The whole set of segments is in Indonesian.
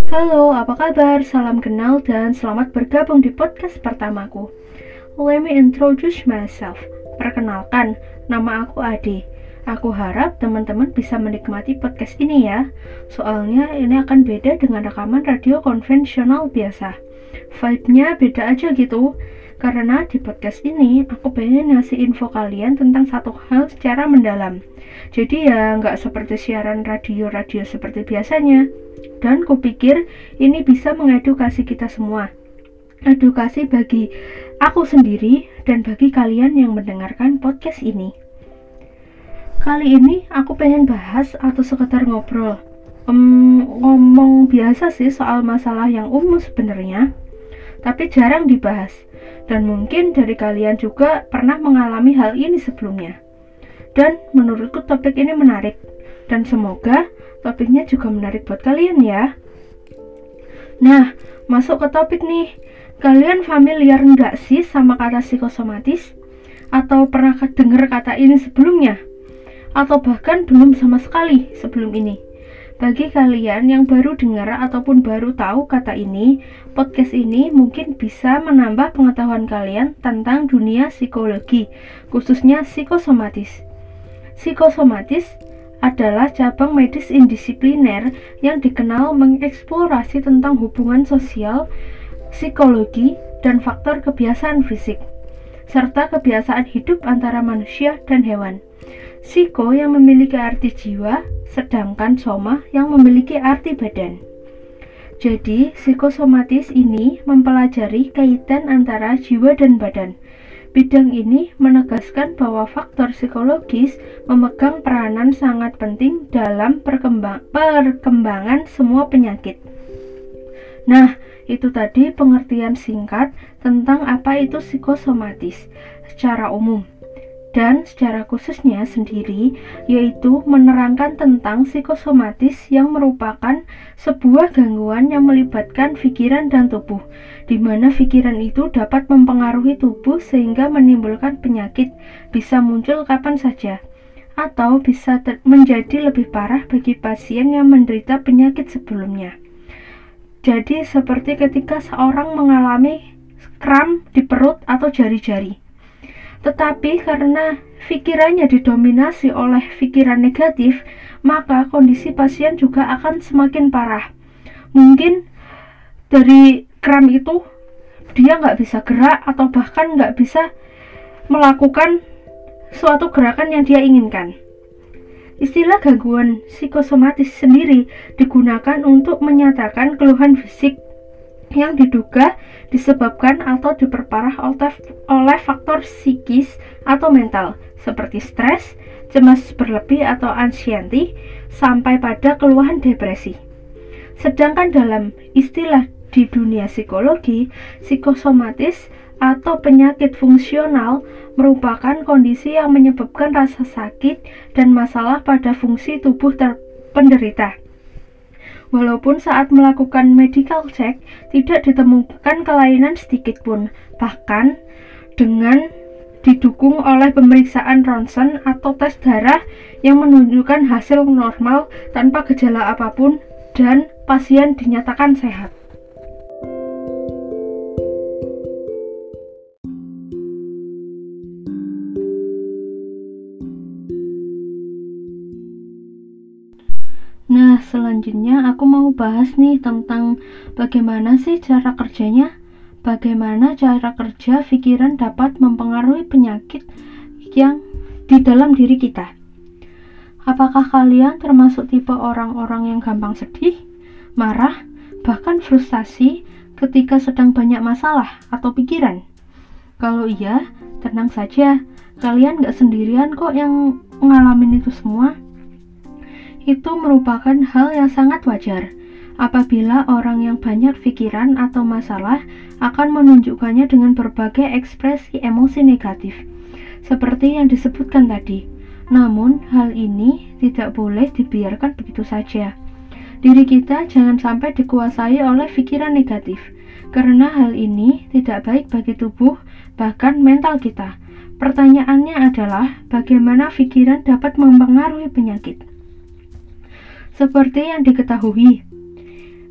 Halo, apa kabar? Salam kenal dan selamat bergabung di podcast pertamaku. Let me introduce myself. Perkenalkan, nama aku Ade. Aku harap teman-teman bisa menikmati podcast ini ya. Soalnya ini akan beda dengan rekaman radio konvensional biasa. Vibe-nya beda aja gitu. Karena di podcast ini aku pengen ngasih info kalian tentang satu hal secara mendalam. Jadi ya nggak seperti siaran radio-radio seperti biasanya. Dan kupikir ini bisa mengedukasi kita semua. Edukasi bagi aku sendiri dan bagi kalian yang mendengarkan podcast ini. Kali ini aku pengen bahas atau sekedar ngobrol. Ngomong biasa sih soal masalah yang umum sebenarnya, tapi jarang dibahas. Dan mungkin dari kalian juga pernah mengalami hal ini sebelumnya. Dan menurutku topik ini menarik. Dan semoga topiknya juga menarik buat kalian ya. Nah, masuk ke topik nih. Kalian familiar nggak sih sama kata psikosomatis? Atau pernah dengar kata ini sebelumnya? Atau bahkan belum sama sekali sebelum ini? Bagi kalian yang baru dengar ataupun baru tahu kata ini, podcast ini mungkin bisa menambah pengetahuan kalian tentang dunia psikologi, khususnya psikosomatis. Psikosomatis adalah cabang medis indisipliner yang dikenal mengeksplorasi tentang hubungan sosial, psikologi, dan faktor kebiasaan fisik, serta kebiasaan hidup antara manusia dan hewan. Psiko yang memiliki arti jiwa, sedangkan soma yang memiliki arti badan. Jadi, psikosomatis ini mempelajari kaitan antara jiwa dan badan. Bidang ini menegaskan bahwa faktor psikologis memegang peranan sangat penting dalam perkembangan semua penyakit. Nah, itu tadi pengertian singkat tentang apa itu psikosomatis secara umum. Dan secara khususnya sendiri, yaitu menerangkan tentang psikosomatis yang merupakan sebuah gangguan yang melibatkan pikiran dan tubuh, di mana pikiran itu dapat mempengaruhi tubuh sehingga menimbulkan penyakit, bisa muncul kapan saja, atau bisa menjadi lebih parah bagi pasien yang menderita penyakit sebelumnya. Jadi seperti ketika seorang mengalami kram di perut atau jari-jari. Tetapi karena pikirannya didominasi oleh pikiran negatif, maka kondisi pasien juga akan semakin parah. Mungkin dari kram itu dia nggak bisa gerak atau bahkan nggak bisa melakukan suatu gerakan yang dia inginkan. Istilah gangguan psikosomatis sendiri digunakan untuk menyatakan keluhan fisik yang diduga disebabkan atau diperparah oleh faktor psikis atau mental seperti stres, cemas berlebih atau anxiety, sampai pada keluhan depresi. Sedangkan dalam istilah di dunia psikologi, psikosomatis atau penyakit fungsional merupakan kondisi yang menyebabkan rasa sakit dan masalah pada fungsi tubuh penderita. Walaupun saat melakukan medical check tidak ditemukan kelainan sedikit pun, bahkan dengan didukung oleh pemeriksaan ronsen atau tes darah yang menunjukkan hasil normal tanpa gejala apapun dan pasien dinyatakan sehat. Nah, selanjutnya aku mau bahas nih tentang bagaimana sih cara kerjanya, bagaimana cara kerja pikiran dapat mempengaruhi penyakit yang di dalam diri kita. Apakah kalian termasuk tipe orang-orang yang gampang sedih, marah, bahkan frustasi ketika sedang banyak masalah atau pikiran? Kalau iya, tenang saja, kalian gak sendirian kok yang ngalamin itu semua. Itu merupakan hal yang sangat wajar apabila orang yang banyak pikiran atau masalah akan menunjukkannya dengan berbagai ekspresi emosi negatif seperti yang disebutkan tadi. Namun hal ini tidak boleh dibiarkan begitu saja. Diri kita jangan sampai dikuasai oleh pikiran negatif, karena hal ini tidak baik bagi tubuh bahkan mental kita. Pertanyaannya adalah bagaimana pikiran dapat mempengaruhi penyakit. Seperti yang diketahui,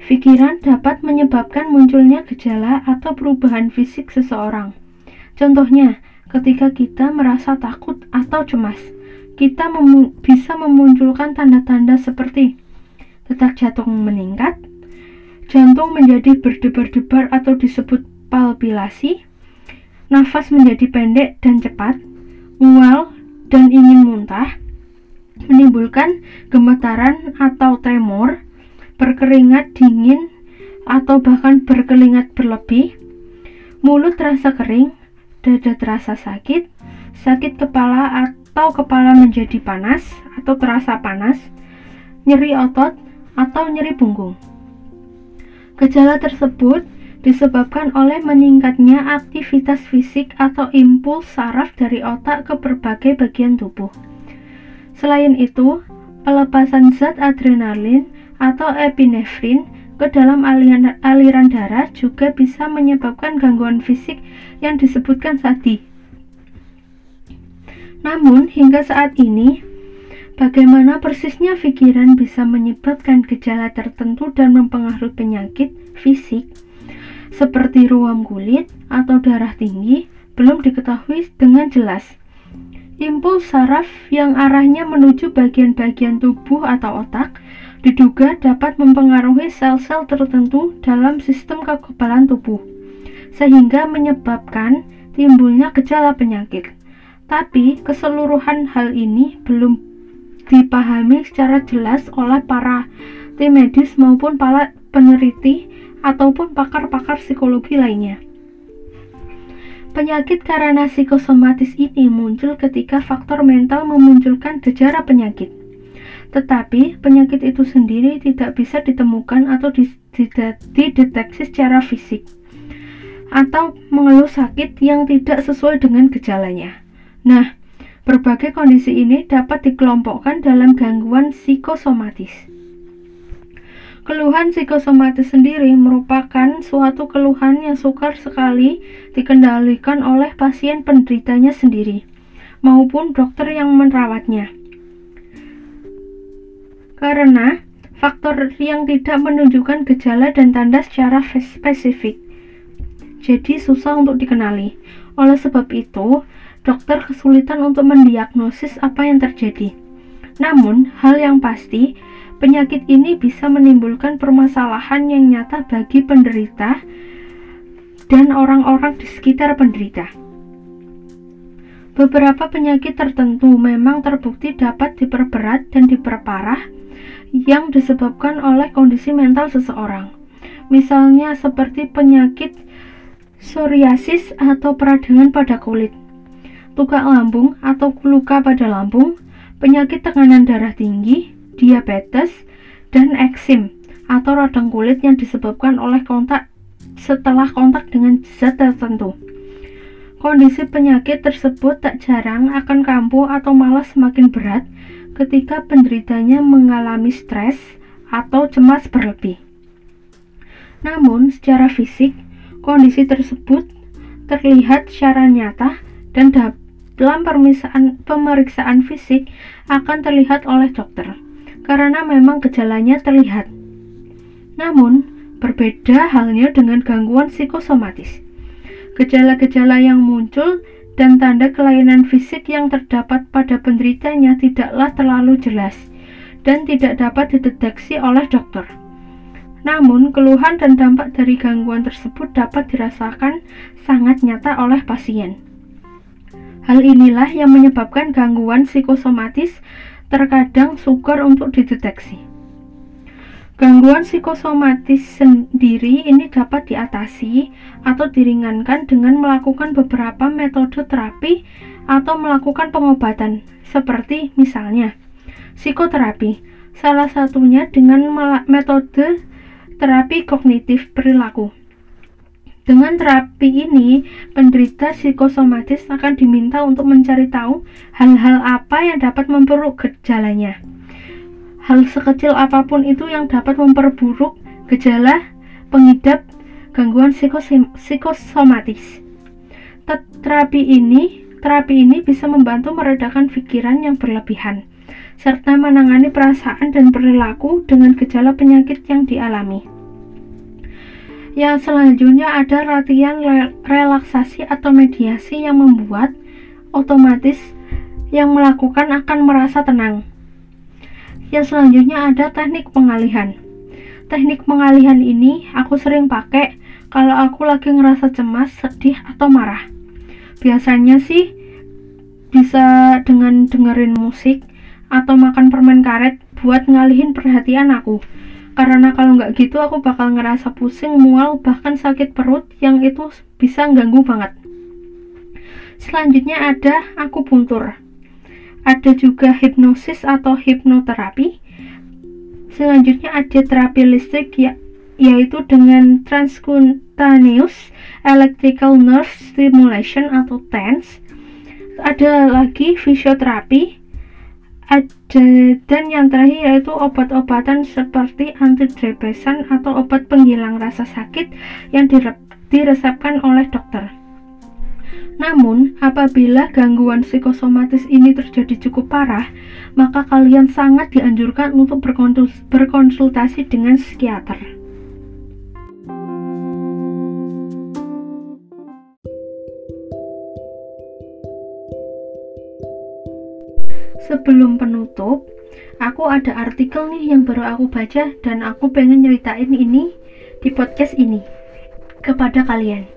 Pikiran dapat menyebabkan munculnya gejala atau perubahan fisik seseorang. Contohnya, ketika kita merasa takut atau cemas, kita bisa memunculkan tanda-tanda seperti detak jantung meningkat, jantung menjadi berdebar-debar atau disebut palpitasi, nafas menjadi pendek dan cepat, mual dan ingin muntah, menimbulkan gemetaran atau tremor, berkeringat dingin atau bahkan berkeringat berlebih, mulut terasa kering, dada terasa sakit, sakit kepala atau kepala menjadi panas atau terasa panas, nyeri otot atau nyeri punggung. Gejala tersebut disebabkan oleh meningkatnya aktivitas fisik atau impuls saraf dari otak ke berbagai bagian tubuh. Selain itu, pelepasan zat adrenalin atau epinefrin ke dalam aliran darah juga bisa menyebabkan gangguan fisik yang disebutkan tadi. Namun, hingga saat ini, bagaimana persisnya pikiran bisa menyebabkan gejala tertentu dan mempengaruhi penyakit fisik seperti ruam kulit atau darah tinggi belum diketahui dengan jelas. Impuls saraf yang arahnya menuju bagian-bagian tubuh atau otak diduga dapat mempengaruhi sel-sel tertentu dalam sistem kekebalan tubuh, sehingga menyebabkan timbulnya gejala penyakit. Tapi keseluruhan hal ini belum dipahami secara jelas oleh para tim medis maupun para peneliti ataupun pakar-pakar psikologi lainnya. Penyakit karena psikosomatis ini muncul ketika faktor mental memunculkan gejala penyakit. Tetapi penyakit itu sendiri tidak bisa ditemukan atau dideteksi secara fisik atau mengeluh sakit yang tidak sesuai dengan gejalanya. Nah, berbagai kondisi ini dapat dikelompokkan dalam gangguan psikosomatis. Keluhan psikosomatis sendiri merupakan suatu keluhan yang sukar sekali dikendalikan oleh pasien penderitanya sendiri maupun dokter yang merawatnya. Karena faktor yang tidak menunjukkan gejala dan tanda secara spesifik, jadi susah untuk dikenali. Oleh sebab itu, dokter kesulitan untuk mendiagnosis apa yang terjadi. Namun, hal yang pasti, penyakit ini bisa menimbulkan permasalahan yang nyata bagi penderita dan orang-orang di sekitar penderita. Beberapa penyakit tertentu memang terbukti dapat diperberat dan diperparah yang disebabkan oleh kondisi mental seseorang. Misalnya seperti penyakit psoriasis atau peradangan pada kulit, tukak lambung atau luka pada lambung, penyakit tekanan darah tinggi, diabetes, dan eksim atau radang kulit yang disebabkan oleh kontak setelah kontak dengan zat tertentu. Kondisi penyakit tersebut tak jarang akan kambuh atau malah semakin berat ketika penderitanya mengalami stres atau cemas berlebih. Namun, secara fisik, kondisi tersebut terlihat secara nyata dan dalam pemeriksaan fisik akan terlihat oleh dokter, karena memang gejalanya terlihat. Namun, berbeda halnya dengan gangguan psikosomatis. Gejala-gejala yang muncul dan tanda kelainan fisik yang terdapat pada penderitanya tidaklah terlalu jelas dan tidak dapat dideteksi oleh dokter. Namun, keluhan dan dampak dari gangguan tersebut dapat dirasakan sangat nyata oleh pasien. Hal inilah yang menyebabkan gangguan psikosomatis terkadang sukar untuk dideteksi. Gangguan psikosomatis sendiri ini dapat diatasi atau diringankan dengan melakukan beberapa metode terapi atau melakukan pengobatan, seperti misalnya psikoterapi, salah satunya dengan metode terapi kognitif perilaku. Dengan terapi ini, penderita psikosomatis akan diminta untuk mencari tahu hal-hal apa yang dapat memperburuk gejalanya. Hal sekecil apapun itu yang dapat memperburuk gejala pengidap gangguan psikosomatis. Terapi ini bisa membantu meredakan pikiran yang berlebihan, serta menangani perasaan dan perilaku dengan gejala penyakit yang dialami. Yang selanjutnya ada latihan relaksasi atau mediasi yang membuat otomatis yang melakukan akan merasa tenang. Yang selanjutnya ada teknik pengalihan. Teknik pengalihan ini aku sering pakai kalau aku lagi ngerasa cemas, sedih, atau marah. Biasanya sih bisa dengan dengerin musik atau makan permen karet buat ngalihin perhatian aku. Karena kalau nggak gitu aku bakal ngerasa pusing, mual, bahkan sakit perut yang itu bisa ganggu banget. Selanjutnya ada akupuntur. Ada juga hipnosis atau hipnoterapi. Selanjutnya ada terapi listrik yaitu dengan transcutaneous electrical nerve stimulation atau TENS. Ada lagi fisioterapi. Dan yang terakhir yaitu obat-obatan seperti antidepresan atau obat penghilang rasa sakit yang diresepkan oleh dokter. Namun, apabila gangguan psikosomatis ini terjadi cukup parah, maka kalian sangat dianjurkan untuk berkonsultasi dengan psikiater. Sebelum penutup, aku ada artikel nih yang baru aku baca dan aku pengen nyeritain ini di podcast ini kepada kalian.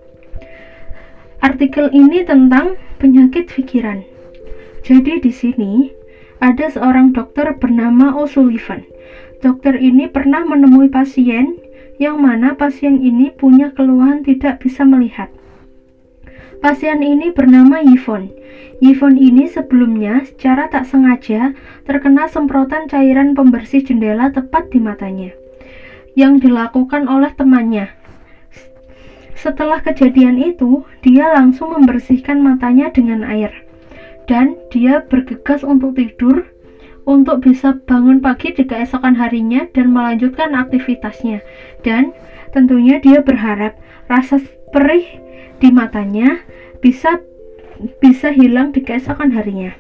Artikel ini tentang penyakit pikiran. Jadi di sini ada seorang dokter bernama O'Sullivan. Dokter ini pernah menemui pasien yang mana pasien ini punya keluhan tidak bisa melihat. Pasien ini bernama Yvonne. Yvonne ini sebelumnya secara tak sengaja terkena semprotan cairan pembersih jendela tepat di matanya yang dilakukan oleh temannya. Setelah kejadian itu, dia langsung membersihkan matanya dengan air dan dia bergegas untuk tidur untuk bisa bangun pagi di keesokan harinya dan melanjutkan aktivitasnya. Dan tentunya dia berharap rasa perih di matanya bisa hilang di keesokan harinya.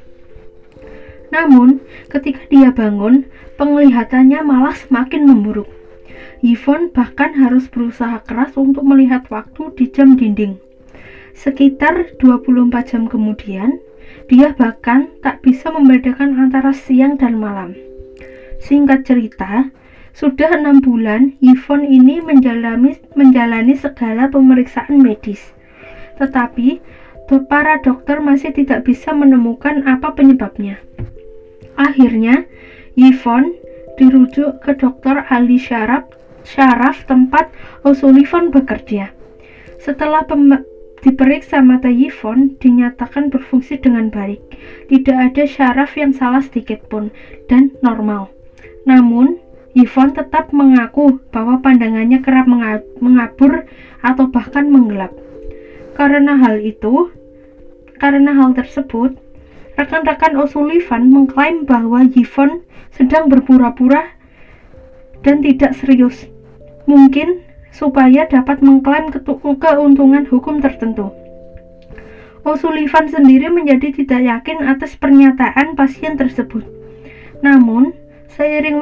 Namun, ketika dia bangun, penglihatannya malah semakin memburuk. Yvonne bahkan harus berusaha keras untuk melihat waktu di jam dinding. Sekitar 24 jam kemudian, dia bahkan tak bisa membedakan antara siang dan malam. Singkat cerita, sudah 6 bulan Yvonne ini menjalani segala pemeriksaan medis. Tetapi para dokter masih tidak bisa menemukan apa penyebabnya. Akhirnya, Yvonne dirujuk ke Dr. Ali Sharaf tempat O'Sullivan bekerja. Setelah diperiksa mata Yvonne dinyatakan berfungsi dengan baik. Tidak ada syaraf yang salah sedikit pun dan normal. Namun, Yvonne tetap mengaku bahwa pandangannya kerap mengabur atau bahkan menggelap. Karena hal tersebut, rekan-rekan O'Sullivan mengklaim bahwa Yvonne sedang berpura-pura dan tidak serius, mungkin supaya dapat mengklaim keuntungan hukum tertentu. O'Sullivan sendiri menjadi tidak yakin atas pernyataan pasien tersebut. Namun, seiring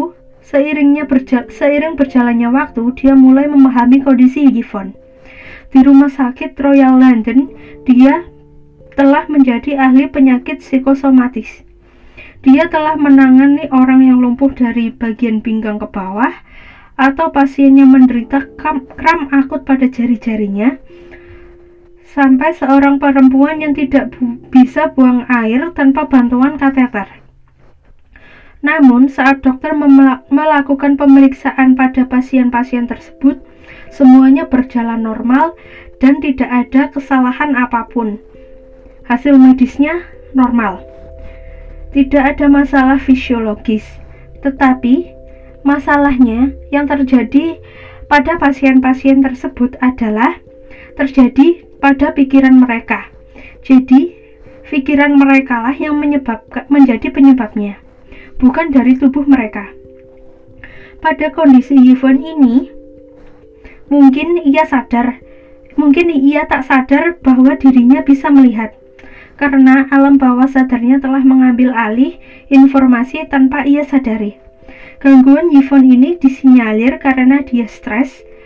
berjalannya waktu, dia mulai memahami kondisi Yvonne. Di Rumah Sakit Royal London, dia telah menjadi ahli penyakit psikosomatis. Dia telah menangani orang yang lumpuh dari bagian pinggang ke bawah, atau pasien yang menderita kram akut pada jari-jarinya, sampai seorang perempuan yang tidak bisa buang air tanpa bantuan kateter. Namun, saat dokter melakukan pemeriksaan pada pasien-pasien tersebut, semuanya berjalan normal dan tidak ada kesalahan apapun. Hasil medisnya normal. Tidak ada masalah fisiologis. Tetapi, masalahnya yang terjadi pada pasien-pasien tersebut adalah terjadi pada pikiran mereka. Jadi, pikiran mereka lah yang menjadi penyebabnya, bukan dari tubuh mereka. Pada kondisi Yvonne ini, mungkin ia tak sadar bahwa dirinya bisa melihat, karena alam bawah sadarnya telah mengambil alih informasi tanpa ia sadari. Gangguan Yvonne ini disinyalir karena dia stres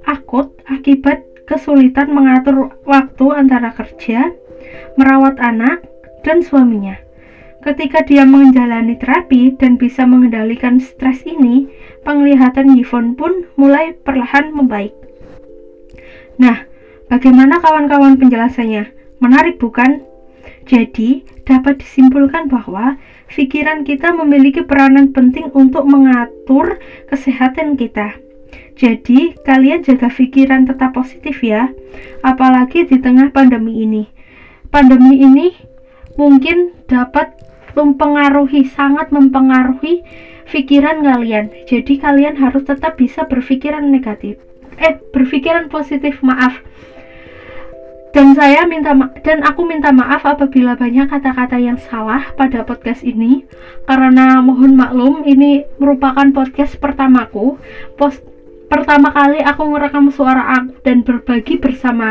akut akibat kesulitan mengatur waktu antara kerja, merawat anak, dan suaminya. Ketika dia menjalani terapi dan bisa mengendalikan stres ini, penglihatan Yvonne pun mulai perlahan membaik. Nah, bagaimana kawan-kawan penjelasannya? Menarik bukan? Jadi, dapat disimpulkan bahwa pikiran kita memiliki peranan penting untuk mengatur kesehatan kita. Jadi, kalian jaga pikiran tetap positif ya, apalagi di tengah pandemi ini. Pandemi ini mungkin dapat sangat mempengaruhi pikiran kalian. Jadi kalian harus tetap bisa berpikiran positif, maaf. Dan aku minta maaf apabila banyak kata-kata yang salah pada podcast ini, karena mohon maklum, ini merupakan podcast pertamaku. Pertama kali aku merekam suara aku dan berbagi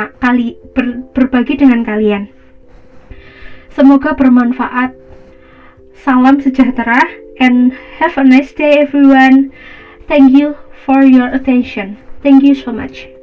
dengan kalian. Semoga bermanfaat. Salam sejahtera and have a nice day everyone. Thank you for your attention. Thank you so much.